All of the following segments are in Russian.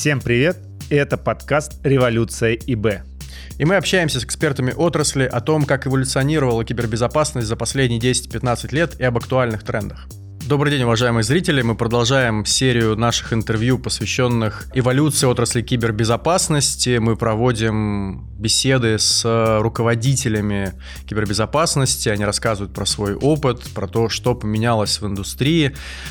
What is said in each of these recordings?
Всем привет! Это подкаст «Революция ИБ». И мы общаемся с экспертами отрасли о том, как эволюционировала кибербезопасность за последние 10-15 лет и об актуальных трендах. Добрый день, уважаемые зрители! Мы продолжаем серию наших интервью, посвященных эволюции отрасли кибербезопасности. Мы проводим беседы с руководителями кибербезопасности. Они рассказывают про свой опыт, про то, что поменялось в индустрии.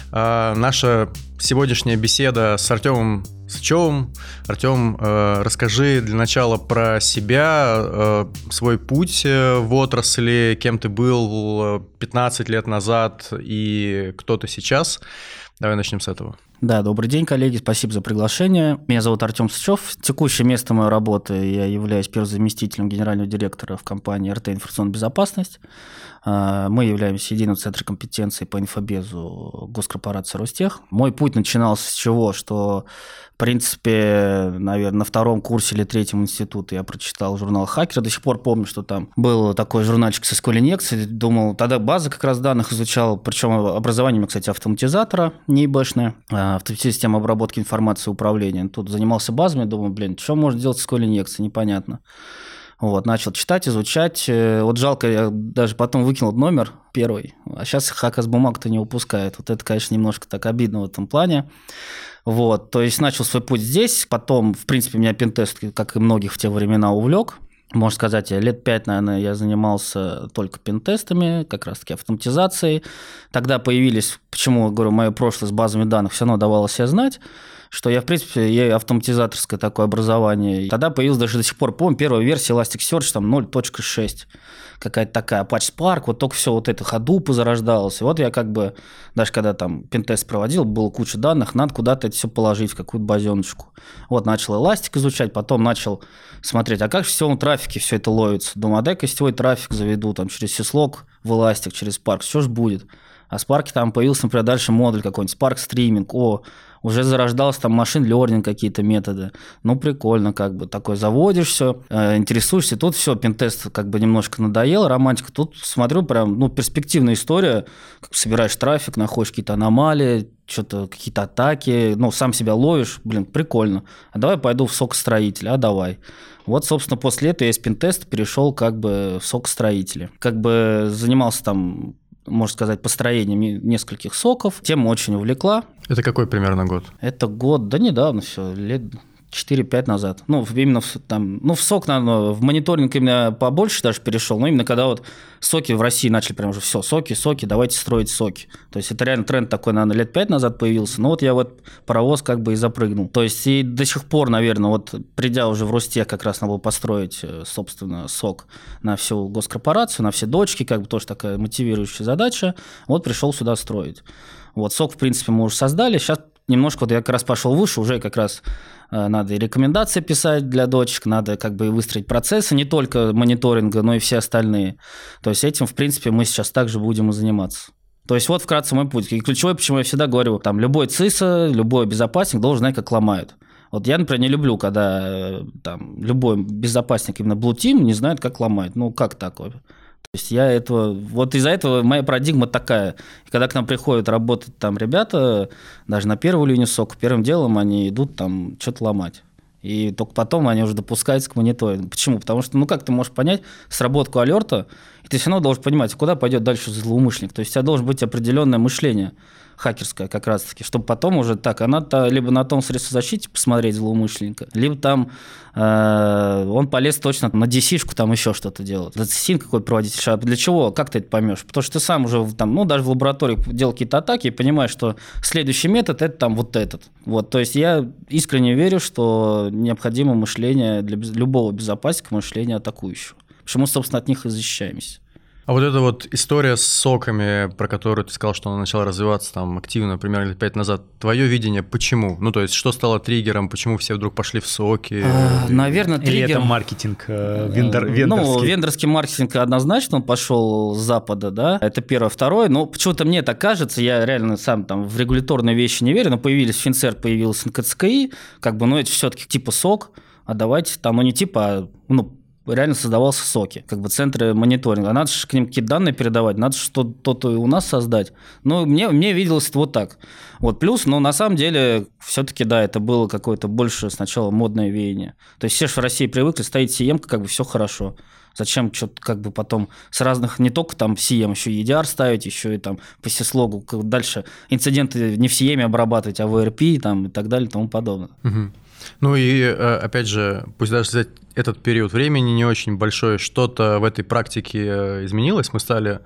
Наша сегодняшняя беседа с Артемом Сычевым. Артем, расскажи для начала про себя, свой путь в отрасли, кем ты был 15 лет назад и кто ты сейчас. Давай начнем с этого. Да, добрый день, коллеги, спасибо за приглашение. Меня зовут Артем Сычев. Текущее место моей работы, я являюсь первым заместителем генерального директора в компании РТ «Информационная безопасность». Мы являемся единым центром компетенции по инфобезу госкорпорации Ростех. Мой путь начинался с чего? Что, в принципе, наверное, на втором курсе или третьем институте я прочитал журнал «Хакер». До сих пор помню, что там был такой журнальчик со SQL-инъекцией. Думал, тогда базы как раз данных изучал. Причем образование у меня, кстати, автоматизатора, не ИБшное, система обработки информации и управления. Тут занимался базами, думаю, что можно делать с SQL-инъекцией, непонятно. Вот, начал читать, изучать. Вот жалко, я даже потом выкинул номер первый, а сейчас Хака с бумаг-то не выпускает. Вот это, конечно, немножко так обидно в этом плане. Вот, то есть начал свой путь здесь, потом, в принципе, меня пентест, как и многих в те времена, увлек. Можно сказать, лет 5, наверное, я занимался только пентестами, как раз-таки автоматизацией. Тогда появились, почему, говорю, мое прошлое с базами данных все равно давало себя знать, что я, в принципе, я автоматизаторское такое образование. Тогда появилась, даже до сих пор помню, первая версия Elasticsearch, там 0.6, какая-то такая, Apache Spark, вот только все вот это Hadoop зарождалось. И вот я как бы, даже когда там пентест проводил, было куча данных, надо куда-то это все положить в какую-то базеночку. Вот начал Elastic изучать, потом начал смотреть, а как же в сетевом трафике все это ловится. Думаю, а дай-ка сетевой трафик заведу там через Syslog в Elastic, через Spark, что ж будет. А в Spark там появился, например, дальше модуль какой-нибудь, Spark Streaming, уже зарождался там машин-лернинг какие-то методы. Ну, прикольно, как бы, такой заводишь все, интересуешься, тут все, пентест как бы немножко надоел, романтика. Тут смотрю, прям, перспективная история, как собираешь трафик, находишь какие-то аномалии, что-то, какие-то атаки, сам себя ловишь, прикольно. А давай пойду в сок-строитель, давай. Вот, собственно, после этого я из пентеста перешел как бы в сок-строители. Как бы занимался там, можно сказать, построением нескольких соков. Тема очень увлекла. Это какой примерно год? Это год, недавно все, лет 4-5 назад. Именно в сок, наверное, в мониторинг именно побольше даже перешел, но именно когда вот соки в России начали прям уже все, соки, давайте строить соки. То есть это реально тренд такой, наверное, лет 5 назад появился, но вот я вот паровоз как бы и запрыгнул. То есть и до сих пор, наверное, вот придя уже в Ростех, как раз надо было построить, собственно, сок на всю госкорпорацию, на все дочки, как бы тоже такая мотивирующая задача. Вот пришел сюда строить. Вот сок, в принципе, мы уже создали, сейчас немножко вот я как раз пошел выше, уже как раз надо и рекомендации писать для дочек, надо как бы и выстроить процессы, не только мониторинга, но и все остальные. То есть этим, в принципе, мы сейчас также будем и заниматься. То есть вот вкратце мой путь. И ключевой, почему я всегда говорю, там любой ЦИСО, любой безопасник должен знать, как ломают. Вот я, например, не люблю, когда там любой безопасник, именно Blue Team, не знает, как ломать. Как такое? То есть вот из-за этого моя парадигма такая. И когда к нам приходят работать там ребята, даже на первую линию сока, первым делом они идут там что-то ломать. И только потом они уже допускаются к мониторингу. Почему? Потому что, как ты можешь понять сработку алерта, и ты все равно должен понимать, куда пойдет дальше злоумышленник. То есть у тебя должно быть определенное мышление хакерское как раз-таки, чтобы потом уже надо либо на том средстве защиты посмотреть злоумышленника, либо там он полез точно на DC-шку, там еще что-то делать. Зацесин какой проводить. А для чего? Как ты это поймешь? Потому что ты сам уже даже в лаборатории делал какие-то атаки и понимаешь, что следующий метод – это там вот этот. Вот, то есть я искренне верю, что необходимо мышление для любого безопасника, мышление атакующего. Почему, собственно, от них и защищаемся. А вот эта вот история с соками, про которую ты сказал, что она начала развиваться там активно, примерно лет 5 назад, твое видение почему? То есть что стало триггером, почему все вдруг пошли в соки? Наверное, триггер... Или это маркетинг вендорский? Вендорский маркетинг однозначно, он пошел с Запада, да, это первое. Второе, почему-то мне так кажется, я реально сам там в регуляторные вещи не верю, но появились Финцерт, появился НКЦКИ, это все-таки типа сок, а давайте там, не типа, реально создавался соки, как бы центры мониторинга. А надо же к ним какие-то данные передавать, надо что-то и у нас создать. Ну, мне виделось это вот так. Вот плюс, но на самом деле, все-таки, да, это было какое-то больше сначала модное веяние. То есть все же в России привыкли, стоит CM, как бы все хорошо. Зачем что-то как бы потом с разных, не только там CM, еще и EDR ставить, еще и там по сислогу, дальше инциденты не в CM обрабатывать, а в ERP там, и так далее и тому подобное. Угу. Ну и опять же, пусть даже взять этот период времени не очень большой, что-то в этой практике изменилось, мы стали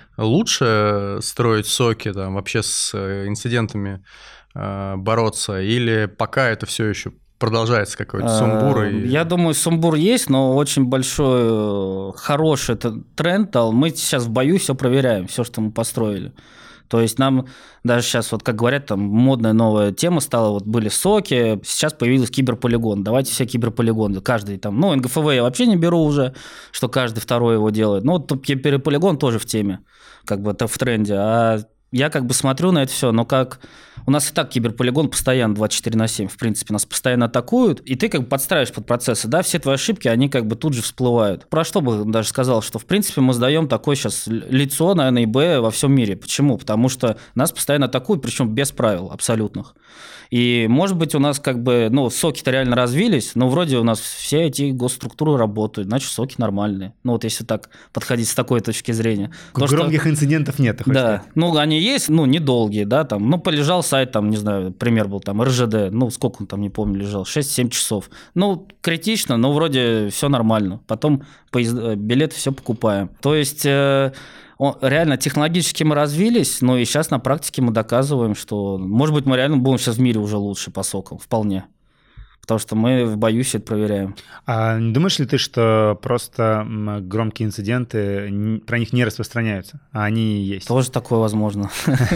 лучше строить соки, там, вообще с инцидентами бороться, или пока это все еще продолжается какой-то сумбур? Я думаю, сумбур есть, но очень большой, хороший тренд дал. Мы сейчас в бою все проверяем, все, что мы построили. То есть нам даже сейчас, вот как говорят, там модная новая тема стала, вот были соки, сейчас появился киберполигон. Давайте все киберполигоны, каждый там, ну, НГФВ я вообще не беру уже, что каждый второй его делает. Ну, вот киберполигон тоже в теме, как бы это в тренде. А я как бы смотрю на это все, но как... У нас и так киберполигон постоянно 24/7, в принципе, нас постоянно атакуют, и ты как бы подстраиваешь под процессы, да, все твои ошибки, они как бы тут же всплывают. Про что бы даже сказал, что, в принципе, мы сдаем такое сейчас лицо, наверное, ИБ во всем мире. Почему? Потому что нас постоянно атакуют, причем без правил абсолютных. И, может быть, у нас как бы, ну, соки-то реально развились, но вроде у нас все эти госструктуры работают, значит, соки нормальные. Ну, вот если так подходить с такой точки зрения. Громких инцидентов нет, да, сказать. Ну, они есть, ну, недолгие, да, там, ну, полежал сайт, там, не знаю, пример был, там, РЖД, ну, сколько он там, не помню, лежал, 6-7 часов. Ну, критично, но вроде все нормально. Потом билеты все покупаем. То есть... реально технологически мы развились, но и сейчас на практике мы доказываем, что, может быть, мы реально будем сейчас в мире уже лучше по сокам, вполне. Потому что мы в бою все это проверяем. А не думаешь ли ты, что просто громкие инциденты, про них не распространяются, а они и есть? Тоже такое возможно.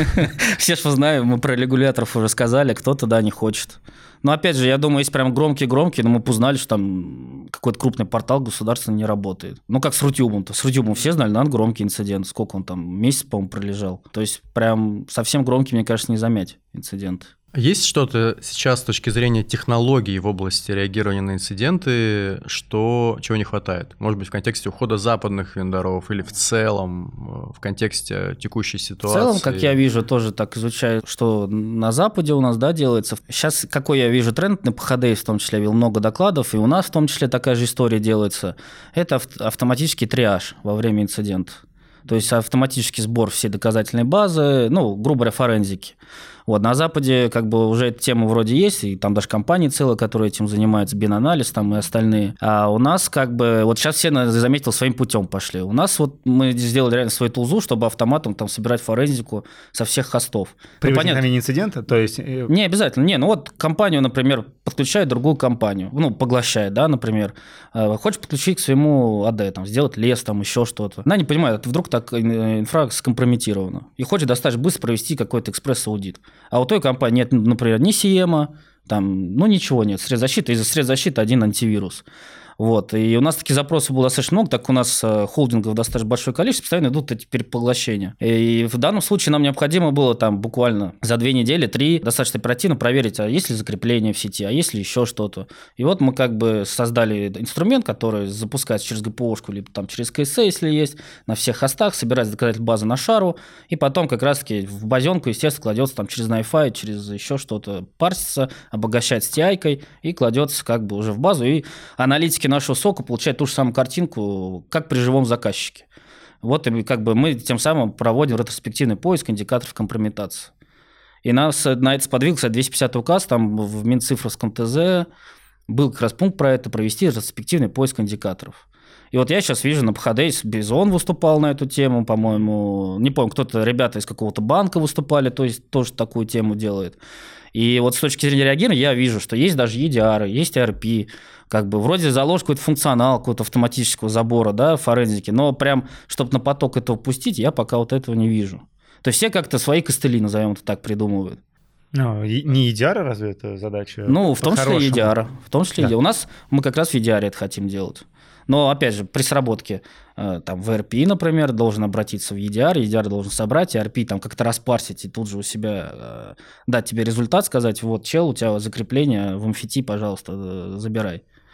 Все же знаем, мы про регуляторов уже сказали, кто-то, да, не хочет. Но опять же, я думаю, если прям громкие-громкие, но мы бы узнали, что там какой-то крупный портал государственный не работает. Ну, как с Рутюбом-то. С Рутюбом все знали, надо громкий инцидент. Сколько он там, месяц, по-моему, пролежал. То есть прям совсем громкий, мне кажется, не замять инцидент. Есть что-то сейчас с точки зрения технологий в области реагирования на инциденты, чего не хватает? Может быть, в контексте ухода западных вендоров или в целом в контексте текущей ситуации? В целом, как я вижу, тоже так изучаю, что на Западе у нас, да, делается. Сейчас, какой я вижу тренд, на ПХД в том числе, я видел много докладов, и у нас в том числе такая же история делается. Это автоматический триаж во время инцидента. То есть автоматический сбор всей доказательной базы, ну, грубо говоря, форензики. Вот, на Западе как бы уже эта тема вроде есть, и там даже компании целые, которые этим занимаются, Бин-анализ там и остальные. А у нас как бы, вот сейчас все, заметил, своим путем пошли. У нас вот мы сделали реально свою тулзу, чтобы автоматом там собирать форензику со всех хостов. При возникновении инцидента? То есть... Не обязательно. Не, ну вот компанию, например, подключает другую компанию, ну, поглощает, да, например. Хочешь подключить к своему АД, там, сделать лес, там, еще что-то. Она не понимает, вдруг так инфра скомпрометирована. И хочет достаточно быстро провести какой-то экспресс-аудит. А у той компании нет, например, ни CM, там, ну, ничего нет, средств защиты, из-за средств защиты один антивирус. Вот. И у нас таких запросов было достаточно много, так как у нас холдингов достаточно большое количество, постоянно идут эти перепоглощения. И в данном случае нам необходимо было там буквально за 2 недели, 3 достаточно оперативно проверить, а есть ли закрепление в сети, а есть ли еще что-то. И вот мы как бы создали инструмент, который запускается через ГПОшку, либо там через КС, если есть, на всех хостах, собирается доказательная база на шару, и потом как раз-таки в базенку, естественно, кладется там через Wi-Fi, через еще что-то, парсится, обогащается TI-кой и кладется как бы уже в базу, и аналитики нашего сока получают ту же самую картинку, как при живом заказчике. Вот и как бы мы тем самым проводим ретроспективный поиск индикаторов компрометации. И нас на это сподвиг, кстати, 250 указ, там в Минцифровском ТЗ был как раз пункт про это, провести ретроспективный поиск индикаторов. И вот я сейчас вижу на ПХД, Бизон выступал на эту тему, по-моему, не помню, кто-то, ребята из какого-то банка выступали, то есть тоже такую тему делает. И вот с точки зрения реагирования я вижу, что есть даже EDR, есть ERP, как бы вроде заложен какой-то функционал какого-то автоматического забора, да, форензики, но прям, чтобы на поток этого пустить, я пока вот этого не вижу. То есть все как-то свои костыли, назовем это так, придумывают. Ну, не EDR, разве это задача? Ну, в том числе EDR. В том числе да. EDR. У нас мы как раз в EDR это хотим делать. Но, опять же, при сработке там, в ERP, например, должен обратиться в EDR должен собрать, ERP там как-то распарсить и тут же у себя дать тебе результат, сказать, вот, чел, у тебя закрепление в MFT, пожалуйста, забирай.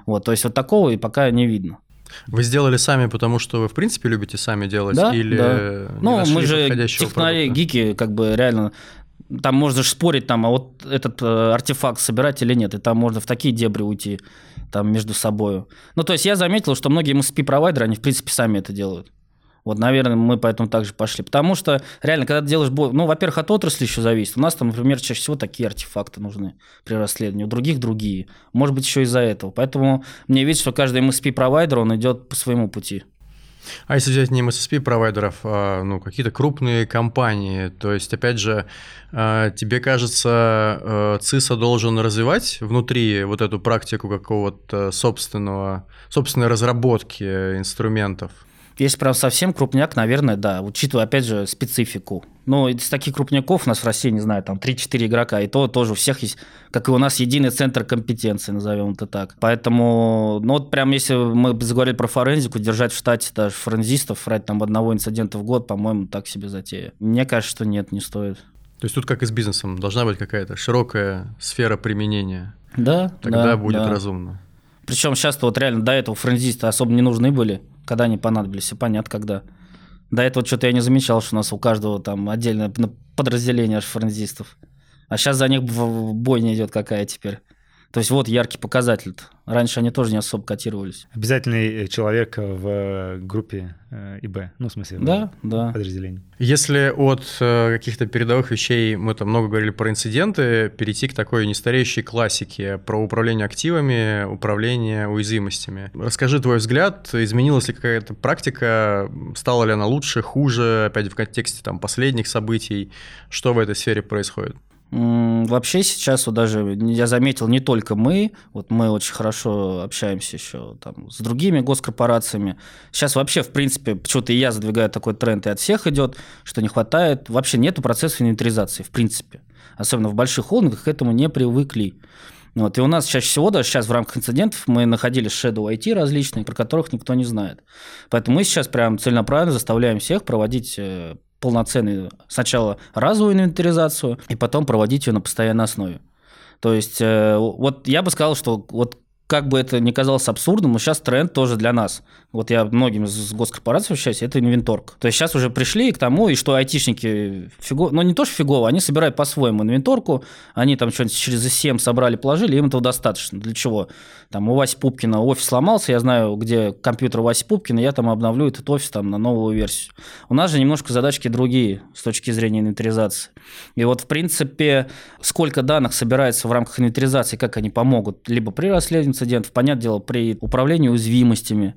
Вот, то есть вот такого и пока не видно. Вы сделали сами, потому что вы, в принципе, любите сами делать? Да, или да. не Мы же подходящего технари, продукта? гики, как бы реально, там можно же спорить, там, а вот этот артефакт собирать или нет, и там можно в такие дебри уйти, там, между собой. Ну, то есть я заметил, что многие MSP-провайдеры, они, в принципе, сами это делают. Вот, наверное, мы поэтому так же пошли. Потому что, реально, когда ты делаешь... Ну, во-первых, от отрасли еще зависит. У нас там, например, чаще всего такие артефакты нужны при расследовании, у других другие. Может быть, еще из-за этого. Поэтому мне видится, что каждый MSP-провайдер, он идет по своему пути. А если взять не MSP-провайдеров, а какие-то крупные компании, то есть, опять же, тебе кажется, ЦИСа должен развивать внутри вот эту практику какого-то собственной разработки инструментов? Если прям совсем крупняк, наверное, да, учитывая, опять же, специфику. Ну, из таких крупняков у нас в России, не знаю, там 3-4 игрока, и то тоже у всех есть, как и у нас, единый центр компетенции, назовем это так. Поэтому, ну вот прям если мы заговорили про форензику, держать в штате даже форензистов, ради там одного инцидента в год, по-моему, так себе затея. Мне кажется, что нет, не стоит. То есть тут как и с бизнесом, должна быть какая-то широкая сфера применения. Да, тогда будет разумно. Причем сейчас-то вот реально до этого форензисты особо не нужны были, когда они понадобились, и понятно, когда. До этого что-то я не замечал, что у нас у каждого там отдельное подразделение аж форензистов. А сейчас за них бойня идет какая теперь. То есть вот яркий показатель. Раньше они тоже не особо котировались. Обязательный человек в группе ИБ, ну, в смысле, да. подразделений. Если от каких-то передовых вещей, мы там много говорили про инциденты, перейти к такой нестареющей классике про управление активами, управление уязвимостями. Расскажи твой взгляд, изменилась ли какая-то практика, стала ли она лучше, хуже, опять в контексте там последних событий, что в этой сфере происходит? Вообще сейчас вот даже я заметил, не только мы, вот мы очень хорошо общаемся еще там с другими госкорпорациями. Сейчас вообще, в принципе, почему-то и я задвигаю такой тренд, и от всех идет, что не хватает, вообще нету процесса инвентаризации, в принципе. Особенно в больших холдингах к этому не привыкли. Вот, и у нас чаще всего, даже сейчас в рамках инцидентов, мы находили shadow IT различные, про которых никто не знает. Поэтому мы сейчас прям целенаправленно заставляем всех проводить полноценную сначала разовую инвентаризацию, и потом проводить ее на постоянной основе. То есть, вот я бы сказал, что вот как бы это ни казалось абсурдным, но сейчас тренд тоже для нас. Вот я многими с госкорпорациями общаюсь, это инвенторка. То есть сейчас уже пришли к тому, и что айтишники ну не то что фигово, они собирают по-своему инвенторку, они там что-нибудь через SCM собрали, положили, им этого достаточно. Для чего? Там у Васи Пупкина офис сломался, я знаю, где компьютер Васи Пупкина, я там обновлю этот офис там на новую версию. У нас же немножко задачки другие с точки зрения инвентаризации. И вот, в принципе, сколько данных собирается в рамках инвентаризации, как они помогут, либо при расследовании инцидентов, понятное дело, при управлении уязвимостями,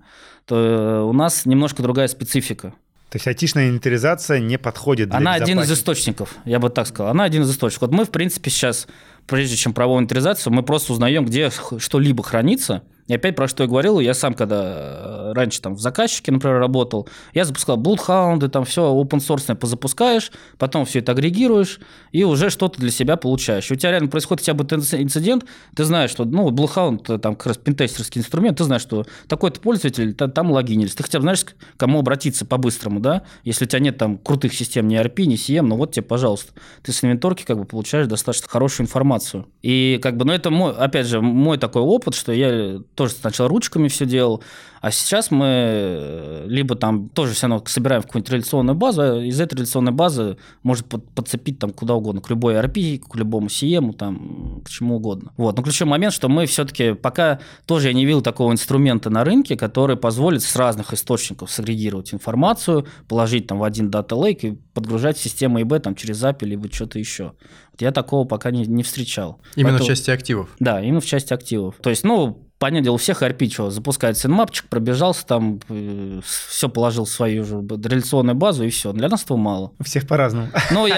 то у нас немножко другая специфика. То есть айтишная инвентаризация не подходит для безопасности? Она один из источников, я бы так сказал. Она один из источников. Вот мы, в принципе, сейчас, прежде чем проводим инвентаризацию, мы просто узнаем, где что-либо хранится. И опять про что я говорил, я сам, когда раньше там в заказчике, например, работал, я запускал Bloodhound, там все open-source позапускаешь, потом все это агрегируешь, и уже что-то для себя получаешь. И у тебя реально происходит хотя бы инцидент, ты знаешь, что, ну, Bloodhound, там как раз пентестерский инструмент, ты знаешь, что такой-то пользователь там логинились. Ты хотя бы знаешь, к кому обратиться по-быстрому, да? Если у тебя нет там крутых систем, ни ERP, ни CM, ну вот тебе, пожалуйста. Ты с инвенторки как бы получаешь достаточно хорошую информацию. И как бы, ну, это мой, опять же, мой такой опыт, что я тоже сначала ручками все делал, а сейчас мы либо там тоже все равно собираем в какую-нибудь реляционную базу, а из этой реляционной базы может подцепить там куда угодно, к любой ERP, к любому CM, там, к чему угодно. Вот. Но ключевой момент, что мы все-таки пока тоже я не видел такого инструмента на рынке, который позволит с разных источников сагрегировать информацию, положить там в один Data Lake и подгружать в систему ИБ там через API либо что-то еще. Вот я такого пока не встречал. Именно поэтому, в части активов? Да, именно в части активов. То есть, ну, понятное дело, у всех ERP что, запускает синмапчик, пробежался там, все положил в свою же реляционную базу, и все. Для нас этого мало. У всех по-разному. Ну,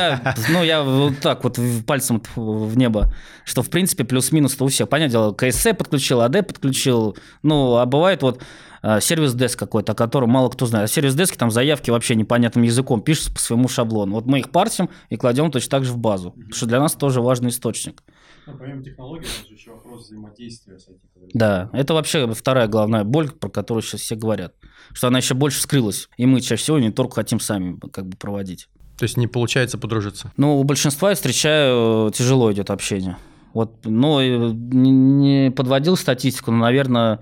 я вот так вот пальцем в небо, что, в принципе, плюс-минус-то у всех. Понятное дело, КСЦ подключил, АД подключил, ну, а бывает вот сервис-деск какой-то, о котором мало кто знает. А сервис-дески там заявки вообще непонятным языком пишутся по своему шаблону. Вот мы их парсим и кладем точно так же в базу, потому что для нас тоже важный источник. Ну, помимо технологий, это же еще вопрос взаимодействия с этим. Да, это вообще вторая главная боль, про которую сейчас все говорят, что она еще больше вскрылась, и мы чаще всего инвенторку хотим сами как бы проводить. То есть не получается подружиться? Ну, у большинства я встречаю, тяжело идет общение. Вот, ну, не подводил статистику, но, наверное,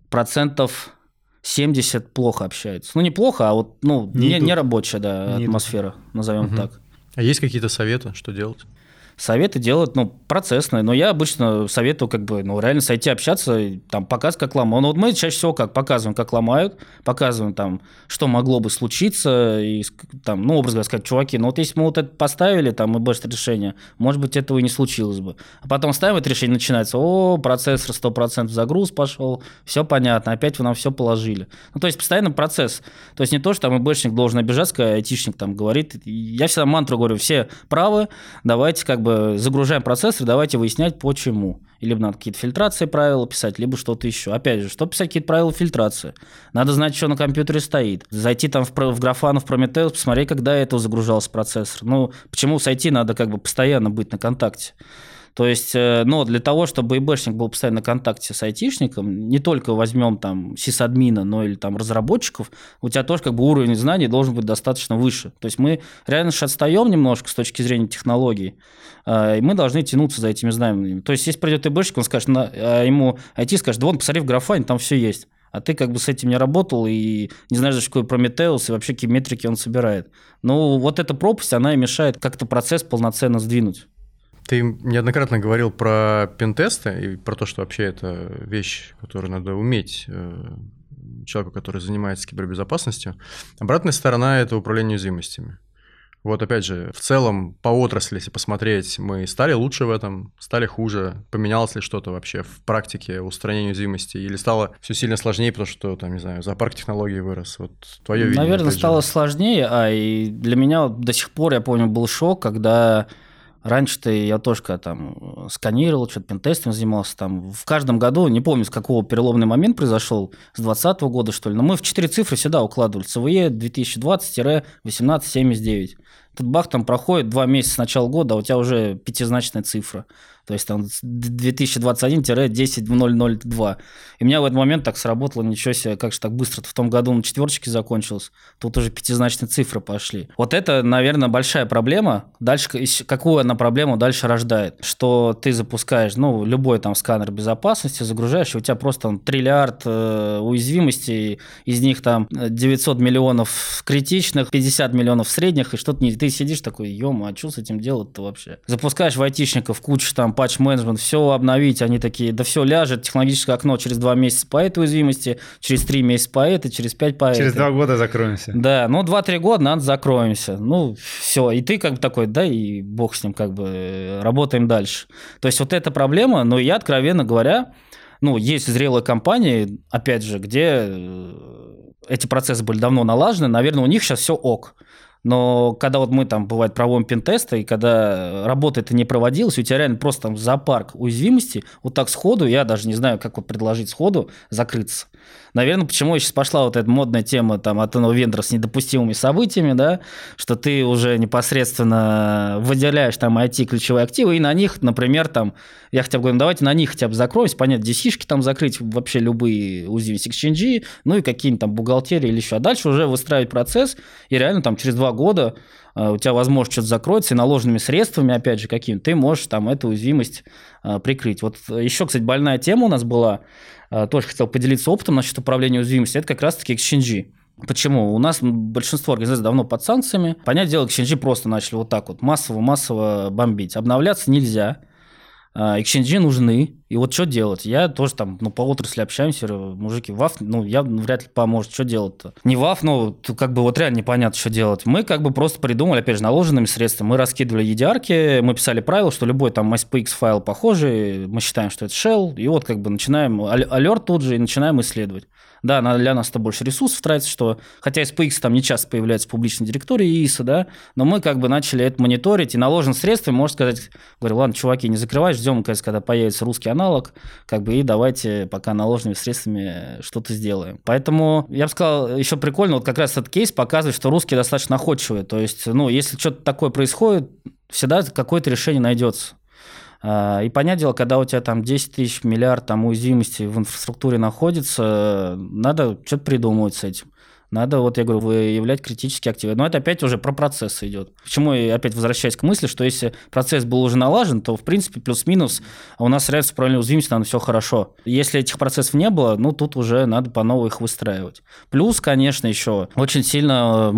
70% плохо общаются. Ну, неплохо, а вот, ну, не рабочая, да, атмосфера, назовем так. А есть какие-то советы, что делать? Советы делают, ну, процессные, но я обычно советую как бы, ну, реально сойти общаться, там, показывать, как ломают. Ну, вот мы чаще всего как показываем, как ломают, показываем там, что могло бы случиться, и там, ну, образно сказать, чуваки, ну, вот если мы вот это поставили, там, и бэшт решение, может быть, этого и не случилось бы. А потом ставим это решение, начинается, процессор 100% загруз пошел, все понятно, опять вы нам все положили. Ну, то есть, постоянно процесс. То есть, не то, что там ИБшник должен обижаться, когда айтишник там говорит. Я всегда мантру говорю, все правы, давайте как бы загружаем процессор, давайте выяснять, почему. И либо надо какие-то фильтрации правила писать, либо что-то еще. Опять же, что писать какие-то правила фильтрации? Надо знать, что на компьютере стоит. Зайти там в Grafana, в Prometheus, посмотреть, когда это загружался процессор. Ну, почему с IT надо как бы постоянно быть на контакте? То есть, ну, для того, чтобы ИБшник был постоянно на контакте с айтишником, не только возьмем там сисадмина, но или там разработчиков, у тебя тоже как бы уровень знаний должен быть достаточно выше. То есть мы реально же отстаем немножко с точки зрения технологий, и мы должны тянуться за этими знаниями. То есть, если придет ИБшник, он скажет, ему IT скажет, да вон, посмотри в Grafana, там все есть. А ты как бы с этим не работал и не знаешь, что такое Prometheus и вообще какие метрики он собирает. Ну, вот эта пропасть, она и мешает как-то процесс полноценно сдвинуть. Ты неоднократно говорил про пентесты и про то, что вообще это вещь, которую надо уметь человеку, который занимается кибербезопасностью. Обратная сторона – это управление уязвимостями. Вот опять же, в целом по отрасли, если посмотреть, мы стали лучше в этом, стали хуже, поменялось ли что-то вообще в практике устранения уязвимостей или стало все сильно сложнее, потому что, там, не знаю, зоопарк технологий вырос? Вот твое видение. Наверное, стало сложнее, и для меня до сих пор, я помню, был шок, когда... Раньше-то я тоже когда там сканировал, что-то пентестом занимался. Там, в каждом году, не помню, с какого переломный момент произошел, с 2020 года, что ли, но мы в 4 цифры всегда укладывали. ЦВЕ 2020-1879. Тут бах, там проходит 2 месяца с начала года, а у тебя уже пятизначная цифра. То есть там 2021-10002. И у меня в этот момент так сработало, ничего себе, как же так быстро в том году на четверочке закончилось. Тут уже пятизначные цифры пошли. Вот это, наверное, большая проблема. Дальше, какую она проблему дальше рождает? Что ты запускаешь, ну, любой там сканер безопасности, загружаешь, и у тебя просто там триллиард уязвимостей, из них там 900 миллионов критичных, 50 миллионов средних, и что-то не... Ты сидишь такой, ё-мо, а что с этим делать-то вообще? Запускаешь в айтишников кучу там патч-менеджмент, все обновить, они такие, да все ляжет, технологическое окно через 2 месяца по этой уязвимости, через 3 месяца по этой, через 5 по этой. Через 2 года закроемся. Да, ну 2-3 года, надо закроемся. Ну, все, и ты как бы такой, да, и бог с ним, как бы, работаем дальше. То есть вот эта проблема, но я, откровенно говоря, ну, есть зрелые компании, опять же, где эти процессы были давно налажены, наверное, у них сейчас все ок. Но когда вот мы там, бывает, проводим пентесты, и когда работа это не проводилась, у тебя реально просто там зоопарк уязвимостей, вот так сходу, я даже не знаю, как вот предложить сходу закрыться. Наверное, почему сейчас пошла вот эта модная тема там, от одного вендора с недопустимыми событиями, да, что ты уже непосредственно выделяешь там IT-ключевые активы, и на них, например, там, я хотя бы говорю, давайте на них хотя бы закроемся, понятно, DC-шки там закрыть, вообще любые уязвимости Exchange, ну и какие-нибудь там бухгалтерии или еще. А дальше уже выстраивать процесс, и реально там через 2 года у тебя, возможно, что-то закроется, и наложенными средствами, опять же, какими ты можешь там эту уязвимость прикрыть. Вот еще, кстати, больная тема у нас была, тоже хотел поделиться опытом насчет управления уязвимостью, это как раз-таки Exchange. Почему? У нас большинство организаций давно под санкциями. Понятное дело, Exchange просто начали вот так вот массово бомбить. Обновляться нельзя. Exchange нужны, и вот что делать? Я тоже там, ну, по отрасли общаемся, мужики, ВАФ, ну, явно вряд ли поможет, что делать-то? Не ВАФ, ну, как бы вот реально непонятно, что делать. Мы как бы просто придумали, опять же, наложенными средствами, мы раскидывали EDR-ки, мы писали правила, что любой там SPX файл похожий, мы считаем, что это shell, и вот как бы начинаем, алерт тут же, и начинаем исследовать. Да, для нас-то больше ресурсов тратится, что, хотя SPX там не часто появляется в публичной директории ISO, да, но мы как бы начали это мониторить, и наложен средствами, можно сказать, говорю, ладно, чуваки, не закрывай, ждем, когда появится русский аналог, как бы, и давайте пока наложенными средствами что-то сделаем. Поэтому, я бы сказал, еще прикольно, вот как раз этот кейс показывает, что русские достаточно находчивые, то есть, ну, если что-то такое происходит, всегда какое-то решение найдется. И понятное дело, когда у тебя там 10 тысяч, миллиард там уязвимостей в инфраструктуре находится, надо что-то придумывать с этим. Надо, вот я говорю, выявлять критические активы. Но это опять уже про процесс идет. Почему я опять возвращаюсь к мысли, что если процесс был уже налажен, то, в принципе, плюс-минус у нас средств правильной уязвимости, наверное, все хорошо. Если этих процессов не было, ну, тут уже надо по новой их выстраивать. Плюс, конечно, еще очень сильно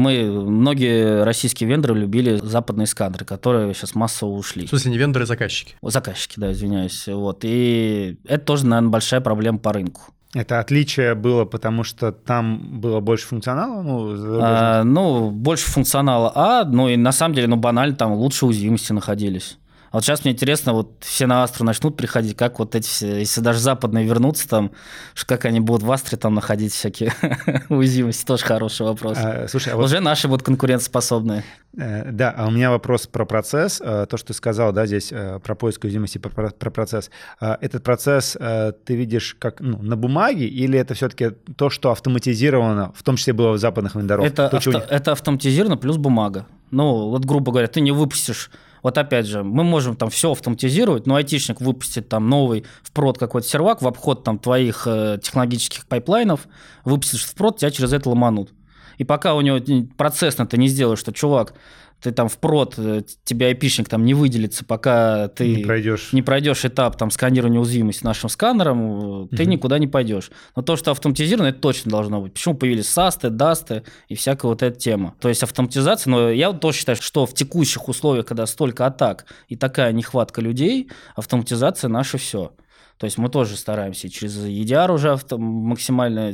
многие российские вендоры любили западные сканеры, которые сейчас массово ушли. В смысле, не вендоры, а заказчики? Заказчики, да, извиняюсь. Вот. И это тоже, наверное, большая проблема по рынку. Это отличие было, потому что там было больше функционала? Больше функционала, и на самом деле, банально, там лучше уязвимости находились. А вот сейчас мне интересно, вот все на Астру начнут приходить, как вот эти все, если даже западные вернутся там, как они будут в Астре там находить всякие уязвимости, тоже хороший вопрос. Слушай, уже наши будут конкурентоспособные. Да, а у меня вопрос про процесс. То, что ты сказал, да, здесь про поиск уязвимости, про процесс. Этот процесс ты видишь как на бумаге, или это все-таки то, что автоматизировано, в том числе было в западных вендоров? Это автоматизировано плюс бумага. Вот, грубо говоря, ты не выпустишь. Вот опять же, мы можем там все автоматизировать, но айтишник выпустит там новый в прод какой-то сервак в обход там твоих технологических пайплайнов, выпустишь в прод, тебя через это ломанут. И пока у него процессно ты не сделаешь, что, чувак, ты там в прод, тебе айпишник там не выделится, пока ты не пройдешь этап там сканирования уязвимости нашим сканером, ты никуда не пойдешь. Но то, что автоматизировано, это точно должно быть. Почему появились SAST, DAST и всякая вот эта тема. То есть автоматизация, но я вот тоже считаю, что в текущих условиях, когда столько атак и такая нехватка людей, автоматизация наше все. То есть мы тоже стараемся через EDR уже максимально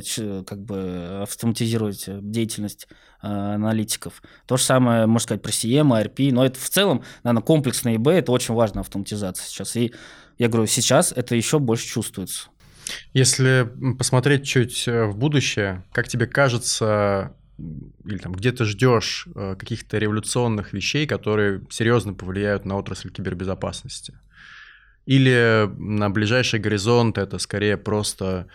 автоматизировать деятельность аналитиков. То же самое, можно сказать, про CM, ARP, но это в целом, наверное, комплексный ИБ, это очень важная автоматизация сейчас. И я говорю, сейчас это еще больше чувствуется. Если посмотреть чуть в будущее, как тебе кажется, или там где ты ждешь каких-то революционных вещей, которые серьезно повлияют на отрасль кибербезопасности? Или на ближайший горизонт это скорее просто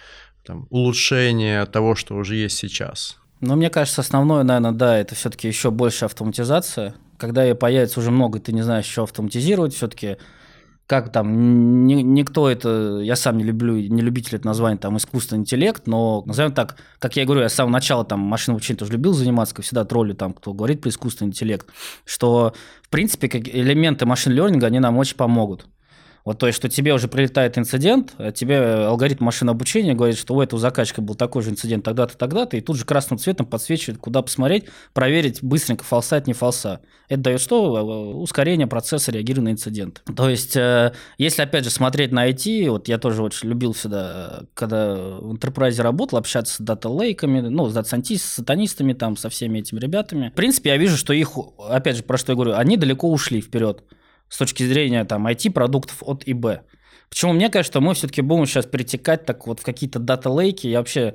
улучшение того, что уже есть сейчас? Мне кажется, основное, наверное, да, это все-таки еще больше автоматизация. Когда ее появится уже много, ты не знаешь, что автоматизировать, все-таки как там, никто это, я сам не любитель это название, там, искусственный интеллект, но, назовем так, как я говорю, я с самого начала там машинным обучением тоже любил заниматься, как всегда троллю там, кто говорит про искусственный интеллект, что, в принципе, элементы машин-лернинга, они нам очень помогут. Вот, то есть, что тебе уже прилетает инцидент, а тебе алгоритм машинного обучения говорит, что у этого заказчика был такой же инцидент тогда-то, тогда-то, и тут же красным цветом подсвечивает, куда посмотреть, проверить быстренько, фалса это не фалса. Это дает что? Ускорение процесса реагирования на инцидент. То есть, если, опять же, смотреть на IT, вот я тоже очень любил всегда, когда в Enterprise работал, общаться с дата-лейками, с дата-сайентистами, с сатанистами, там, со всеми этими ребятами. В принципе, я вижу, что их, опять же, про что я говорю, они далеко ушли вперед с точки зрения там IT-продуктов от ИБ. Почему мне кажется, что мы все-таки будем сейчас перетекать так вот в какие-то дата-лейки. Я вообще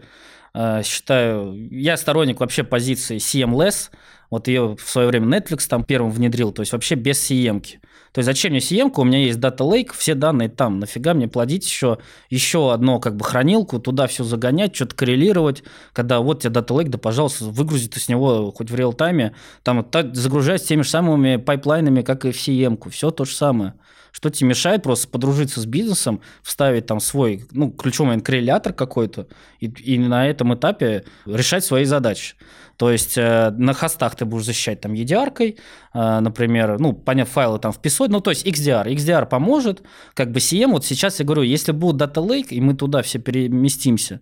считаю, я сторонник вообще позиции CM-less. Вот ее в свое время Netflix там первым внедрил, то есть вообще без CM-ки. То есть зачем мне CM-ка, у меня есть Data Lake, все данные там, нафига мне плодить еще одно хранилку, туда все загонять, что-то коррелировать, когда вот тебе Data Lake, да, пожалуйста, выгрузит из него хоть в реал-тайме, там загружать с теми же самыми пайплайнами, как и в CM-ку, все то же самое. Что тебе мешает просто подружиться с бизнесом, вставить там свой, ключевой момент, коррелятор какой-то, и на этом этапе решать свои задачи. То есть на хостах ты будешь защищать там EDR-кой, например, понятно, файлы там вписать, то есть XDR. XDR поможет, CM, вот сейчас я говорю, если будет Data Lake, и мы туда все переместимся,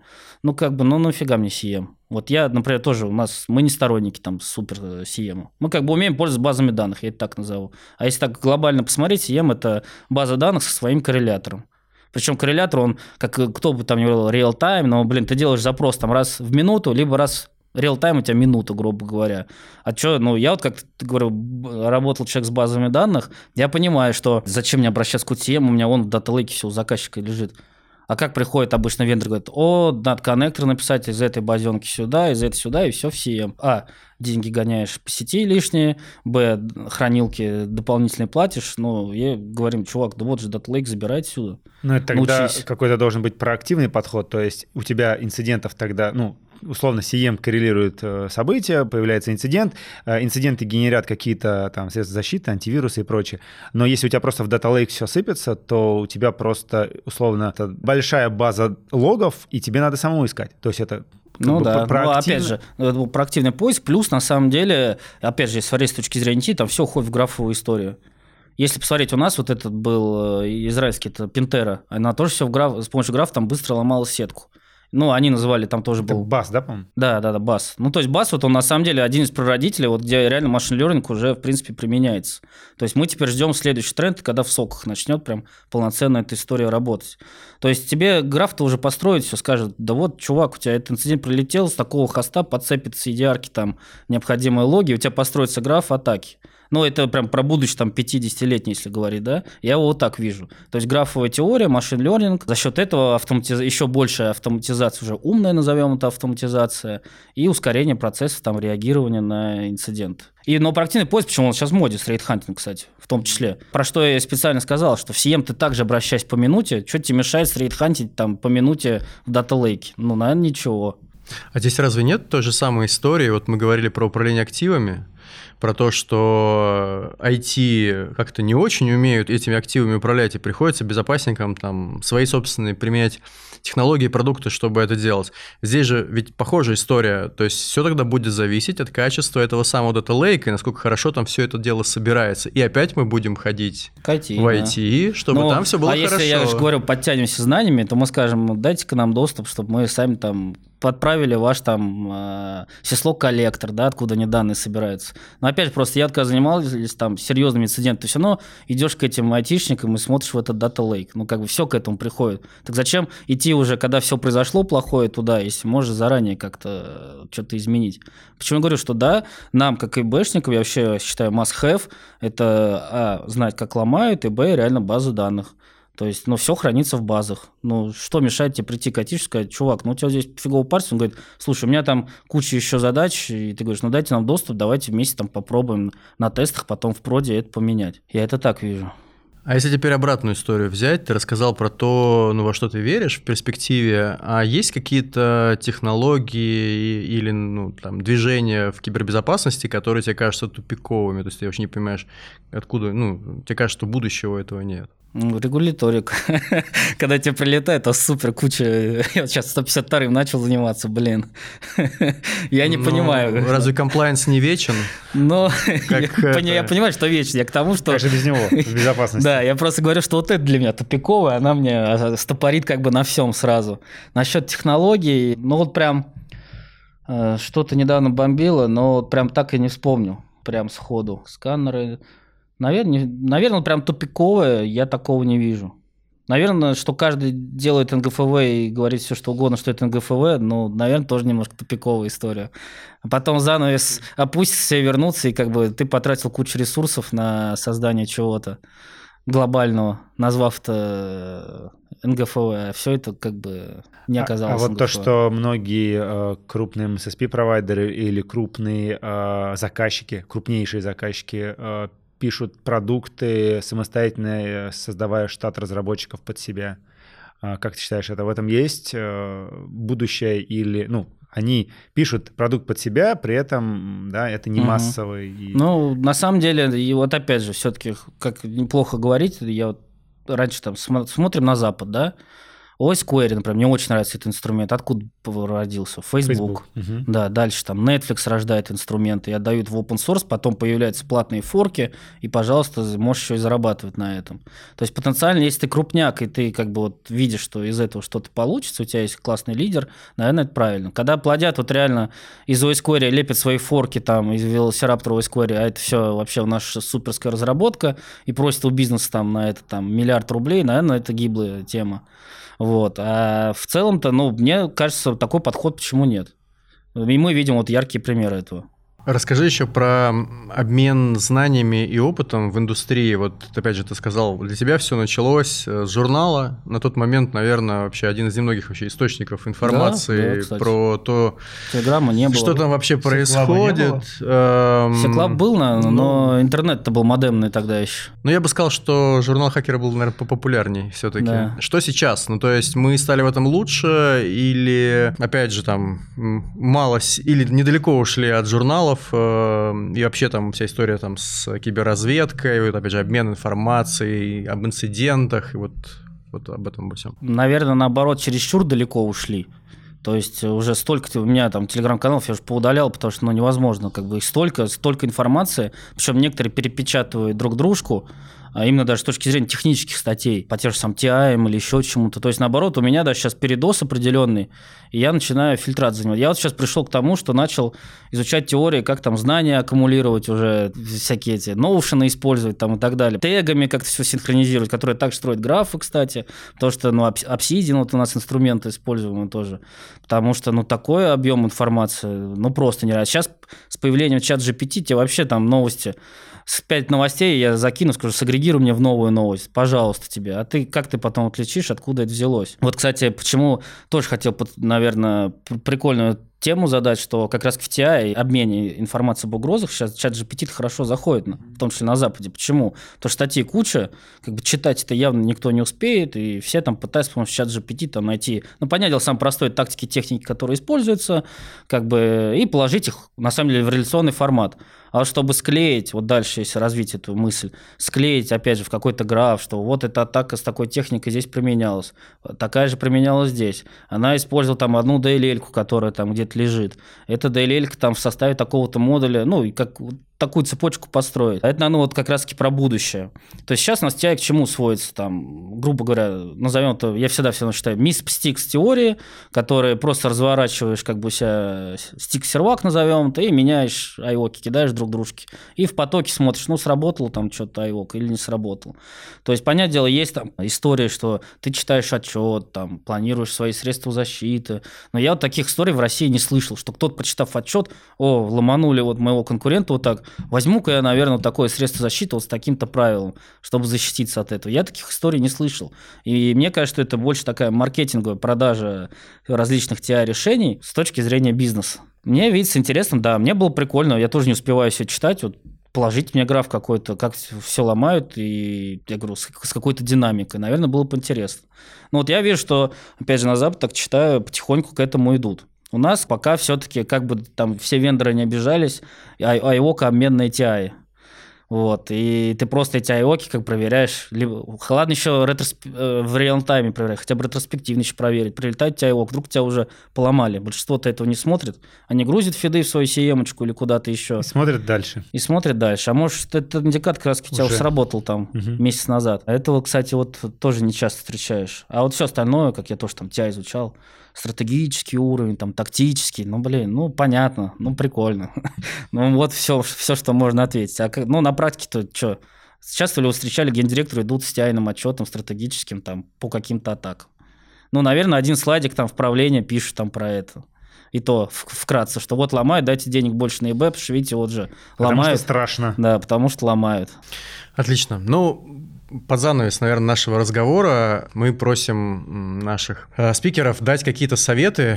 нафига мне CM? Вот я, например, тоже мы не сторонники там супер CM. Мы умеем пользоваться базами данных, я это так назову. А если так глобально посмотреть, CM – это база данных со своим коррелятором. Причем коррелятор, он, как кто бы там ни говорил, real-time, но, ты делаешь запрос там раз в минуту, либо раз реал-тайм у тебя минута, грубо говоря. А что, я вот, как ты говорил, работал человек с базами данных, я понимаю, что зачем мне обращаться к QTM, у меня вон в дата-лейке все у заказчика лежит. А как приходит обычно вендор, говорит, надо коннектор написать из этой базенки сюда, из этой сюда, и все в CM. Деньги гоняешь по сети лишние, хранилки дополнительные платишь, говорим, чувак, да вот же Data Lake, забирай отсюда. Это тогда какой-то должен быть проактивный подход, то есть у тебя инцидентов тогда, условно CM коррелирует события, появляется инцидент, инциденты генерят какие-то там средства защиты, антивирусы и прочее. Но если у тебя просто в Data Lake все сыпется, то у тебя просто, условно, большая база логов, и тебе надо самому искать. То есть это опять же, проактивный поиск, плюс на самом деле, опять же, если смотреть с точки зрения IT, там все уходит в графовую историю. Если посмотреть, у нас вот этот был израильский, это Пентера, она тоже все с помощью графа там быстро ломала сетку. Ну, они называли, там тоже был... Бас, да, по-моему? Да, бас. Ну, то есть бас, вот он на самом деле один из прародителей, вот где реально машин learning уже, в принципе, применяется. То есть мы теперь ждем следующий тренд, когда в соках начнет прям полноценно эта история работать. То есть тебе граф-то уже построить все, скажет, да вот, чувак, у тебя этот инцидент прилетел, с такого хоста подцепит с EDR-ки там необходимые логи, у тебя построится граф атаки. Ну, это прям про будущее, там, 50-летний, если говорить, да, я его вот так вижу. То есть графовая теория, машин learning, за счет этого еще большая автоматизация, уже умная, назовем это автоматизация, и ускорение процессов там, реагирования на инцидент. Но проактивный поиск, почему он сейчас в моде, стрейт-хантинг, кстати, в том числе. Про что я специально сказал, что в CM ты также обращайся по минуте, что тебе мешает стрейт-хантить там, по минуте в Data Lake? Ну, наверное, ничего. А здесь разве нет той же самой истории? Вот мы говорили про управление активами, про то, что IT как-то не очень умеют этими активами управлять, и приходится безопасникам там свои собственные применять технологии, продукты, чтобы это делать. Здесь же ведь похожая история, то есть все тогда будет зависеть от качества этого самого Data Lake и насколько хорошо там все это дело собирается. И опять мы будем ходить в IT, чтобы там все было хорошо. А если, я же говорю, подтянемся знаниями, то мы скажем, дайте-ка нам доступ, чтобы мы сами там подправили ваш там syslog-коллектор, да, откуда они данные собираются. Но опять же, просто я когда занимался там серьезными инцидентами, ты все равно идешь к этим айтишникам и смотришь в этот Data Lake. Ну, как бы все к этому приходит. Так зачем идти уже, когда все произошло плохое туда, если можешь заранее как-то что-то изменить? Почему я говорю, что да, нам, как ИБшникам, я вообще считаю must-have, это знать, как ломают, и б, реально базы данных. То есть, все хранится в базах. Что мешает тебе прийти к айтишнику и сказать, чувак, у тебя здесь фигово парсится. Он говорит, слушай, у меня там куча еще задач, и ты говоришь, дайте нам доступ, давайте вместе там попробуем на тестах, потом в проде это поменять. Я это так вижу. А если теперь обратную историю взять, ты рассказал про то, во что ты веришь в перспективе, а есть какие-то технологии или там, движения в кибербезопасности, которые тебе кажутся тупиковыми, то есть ты вообще не понимаешь, откуда, тебе кажется, что будущего этого нет? Регуляторик. Когда тебе прилетает, то супер куча. Я сейчас 152-м начал заниматься, блин. Я не понимаю. Разве комплайенс не вечен? Я понимаю, что вечен. Я к тому, что... Как же без него, в безопасности? Да, я просто говорю, что вот это для меня тупиковая, она мне стопорит как бы на всем сразу. Насчет технологий, прям что-то недавно бомбило, но прям так и не вспомню. Прям сходу. Сканеры... Наверное, прям тупиковое, я такого не вижу. Наверное, что каждый делает НГФВ и говорит все, что угодно, что это НГФВ, наверное, тоже немножко тупиковая история. А потом занавес опустится и вернуться, и как бы ты потратил кучу ресурсов на создание чего-то глобального, назвав это НГФВ, а все это как бы не оказалось вот НГФВ. То, что многие крупные MSSP-провайдеры или крупные заказчики, крупнейшие заказчики пишут продукты самостоятельно, создавая штат разработчиков под себя. Как ты считаешь, это в этом есть будущее или, они пишут продукт под себя, при этом, да, это не массовый. На самом деле, и вот опять же, все-таки, как неплохо говорить, я вот раньше там смотрим на Запад, да, OSQuery, например, мне очень нравится этот инструмент. Откуда родился? Facebook. Да, дальше там Netflix рождает инструменты и отдают в open source, потом появляются платные форки, и, пожалуйста, можешь еще и зарабатывать на этом. То есть потенциально, если ты крупняк, и ты как бы вот видишь, что из этого что-то получится, у тебя есть классный лидер, наверное, это правильно. Когда плодят вот реально из OSQuery лепят свои форки там, из Velociraptor OSQuery, а это все вообще наша суперская разработка, и просят у бизнеса там на это там $1 миллиард, наверное, это гиблая тема. Вот. А в целом-то, мне кажется, такой подход почему нет? И мы видим вот яркие примеры этого. Расскажи еще про обмен знаниями и опытом в индустрии. Вот, опять же, ты сказал, для тебя все началось с журнала. На тот момент, наверное, вообще один из немногих вообще источников информации про то, Телеграмма не было. Что там вообще происходит. Секлаб был, но интернет-то был модемный тогда еще. Ну, я бы сказал, что журнал Хакера был, наверное, популярней все-таки. Да. Что сейчас? Ну, то есть мы стали в этом лучше или, опять же, там, мало или недалеко ушли от журналов, и вообще там вся история там с киберразведкой, вот, опять же, обмен информацией об инцидентах, и вот об этом обо всем. Наверное, наоборот, чересчур далеко ушли. То есть уже столько у меня там телеграм-каналов я уже поудалял, потому что невозможно, как бы их столько информации, причем некоторые перепечатывают друг дружку, а именно даже с точки зрения технических статей, по тем же самым TI или еще чему-то. То есть, наоборот, у меня даже сейчас передоз определенный, и я начинаю фильтрат занимать. Я вот сейчас пришел к тому, что начал изучать теории, как там знания аккумулировать уже, всякие эти ноушены использовать там и так далее. Тегами как-то все синхронизировать, которые так строят графы, кстати, потому что, Obsidian, вот у нас инструменты используемые тоже, потому что, такой объем информации, просто нереально. Сейчас с появлением ChatGPT тебе вообще там новости, с 5 новостей я закину, скажу, сагрегируй мне в новую новость, пожалуйста, тебе. А как ты потом отличишь, откуда это взялось? Вот, кстати, почему тоже хотел, наверное, прикольную тему задать, что как раз в TI обмене информацией об угрозах сейчас ChatGPT хорошо заходит, в том числе на Западе. Почему? Потому что статей куча, как бы читать это явно никто не успеет, и все там пытаются с помощью ChatGPT там найти, понятное дело, самые простые тактики, техники, которые используются, как бы, и положить их, на самом деле, в реляционный формат. А чтобы склеить, вот дальше, если развить эту мысль, склеить, опять же, в какой-то граф, что вот эта атака с такой техникой здесь применялась, такая же применялась здесь. Она использовала там одну DLL-ку, которая там где-то лежит. Эта DLL-ка там в составе такого-то модуля, и как такую цепочку построить. Это, вот как раз-таки про будущее. То есть сейчас у нас TI к чему сводится, там, грубо говоря, назовем это, я всегда все равно считаю, MISP-стикс теории, которые просто разворачиваешь как бы у себя стик-сервак, назовем это, и меняешь айоки, кидаешь друг дружке. И в потоке смотришь, сработало там что-то айок или не сработало. То есть, понятное дело, есть там история, что ты читаешь отчет, там, планируешь свои средства защиты. Но я вот таких историй в России не слышал, что кто-то, прочитав отчет, ломанули вот моего конкурента вот так, возьму-ка я, наверное, такое средство защиты вот с таким-то правилом, чтобы защититься от этого. Я таких историй не слышал. И мне кажется, что это больше такая маркетинговая продажа различных TI-решений с точки зрения бизнеса. Мне видится интересно, да, мне было прикольно, я тоже не успеваю все читать, вот положить мне граф какой-то, как все ломают, и я говорю, с какой-то динамикой, наверное, было бы интересно. Но вот я вижу, что, опять же, на Запад, так читаю, потихоньку к этому идут. У нас пока все-таки, как бы там все вендоры не обижались, IOC обменные TI. Вот, и ты просто эти IOC как проверяешь, либо, ладно, еще в реал-тайме проверять, хотя бы ретроспективно еще проверить, прилетает тебе IOC, вдруг тебя уже поломали, большинство-то этого не смотрит, они грузят фиды в свою CM-очку или куда-то еще. И смотрят дальше. А может, этот индикатор как раз у тебя уже сработал там месяц назад. Этого, кстати, вот тоже не часто встречаешь. А вот все остальное, как я тоже там TI изучал, стратегический уровень, там, тактический, понятно, прикольно. Вот все, что можно ответить. На практике-то что? Часто ли вы встречали, гендиректоры идут с TI-ным отчетом стратегическим там, по каким-то атакам? Наверное, один слайдик там в правлении пишет там про это. И то вкратце, что вот ломают, дайте денег больше на eBay, потому что, видите, вот же ломают. Потому что страшно. Да, потому что ломают. Отлично. Под занавес, наверное, нашего разговора мы просим наших спикеров дать какие-то советы,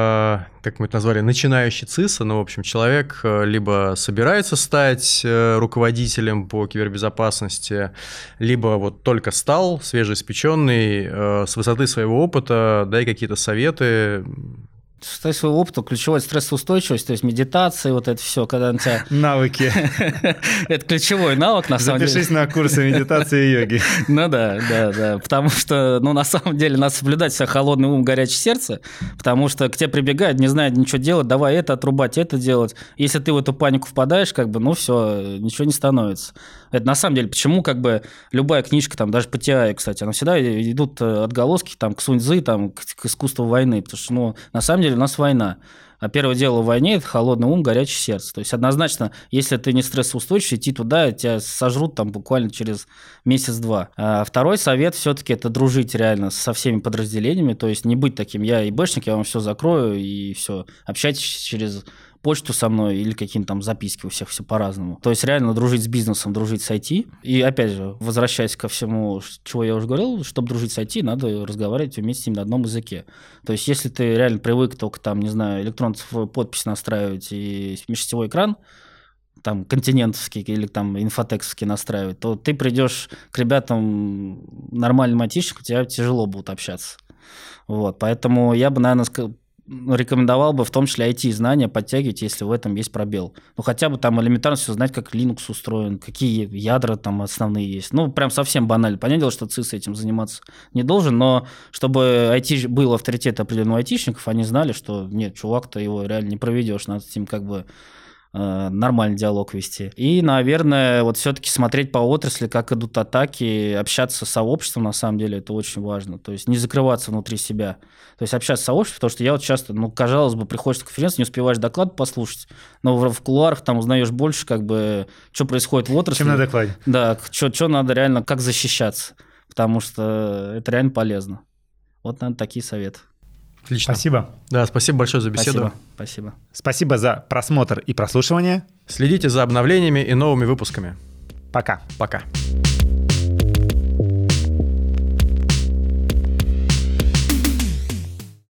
как мы это назвали, начинающий ЦИСа. В общем, человек либо собирается стать руководителем по кибербезопасности, либо вот только стал, свежеиспеченный, с высоты своего опыта, дай какие-то советы. С своего опыта ключевой стрессоустойчивость, то есть медитация, вот это все, когда на тебя... Навыки. Это ключевой навык, на самом деле. Запишись на курсы медитации и йоги. Да. Потому что, на самом деле, надо соблюдать себя холодный ум, горячее сердце, потому что к тебе прибегают, не знают ничего делать, давай это отрубать, это делать. Если ты в эту панику впадаешь, все, ничего не становится. Это на самом деле, почему любая книжка, там, даже по TI, кстати, она всегда идут отголоски там, к Сунь-Цзы, там, к искусству войны, потому что, на самом деле, у нас война. А первое дело в войне – это холодный ум, горячее сердце. То есть, однозначно, если ты не стрессоустойчивый, идти туда, тебя сожрут там буквально через месяц-два. А второй совет все-таки – это дружить реально со всеми подразделениями, то есть не быть таким, я ИБшник, я вам все закрою и все. Общайтесь через почту со мной или какие-то там записки, у всех все по-разному. То есть реально дружить с бизнесом, дружить с IT. И опять же, возвращаясь ко всему, чего я уже говорил, чтобы дружить с IT, надо разговаривать, уметь с ним на одном языке. То есть если ты реально привык только там, не знаю, электронную цифровую подпись настраивать и межсетевой экран, там, континентовский или там инфотексовский настраивать, то ты придешь к ребятам нормальным айтишникам, тебе тяжело будет общаться. Вот, поэтому я бы, наверное, рекомендовал бы в том числе IT-знания подтягивать, если в этом есть пробел. Ну, хотя бы там элементарно все знать, как Linux устроен, какие ядра там основные есть. Ну, прям совсем банально. Понятное дело, что ЦИС этим заниматься не должен, но чтобы IT был авторитет определенных айтишников, они знали, что нет, чувак-то его реально не проведешь, надо с ним как бы нормальный диалог вести. И, наверное, вот все-таки смотреть по отрасли, как идут атаки, общаться с сообществом, на самом деле, это очень важно. То есть не закрываться внутри себя. То есть общаться с сообществом, потому что я вот часто, казалось бы, приходишь на конференцию, не успеваешь доклад послушать, но в кулуарах там узнаешь больше, как бы, что происходит в отрасли. Чем на докладе. Да, что надо реально, как защищаться, потому что это реально полезно. Вот, наверное, такие советы. Отлично. Спасибо. Да, спасибо большое за беседу. Спасибо. Спасибо за просмотр и прослушивание. Следите за обновлениями и новыми выпусками. Пока. Пока.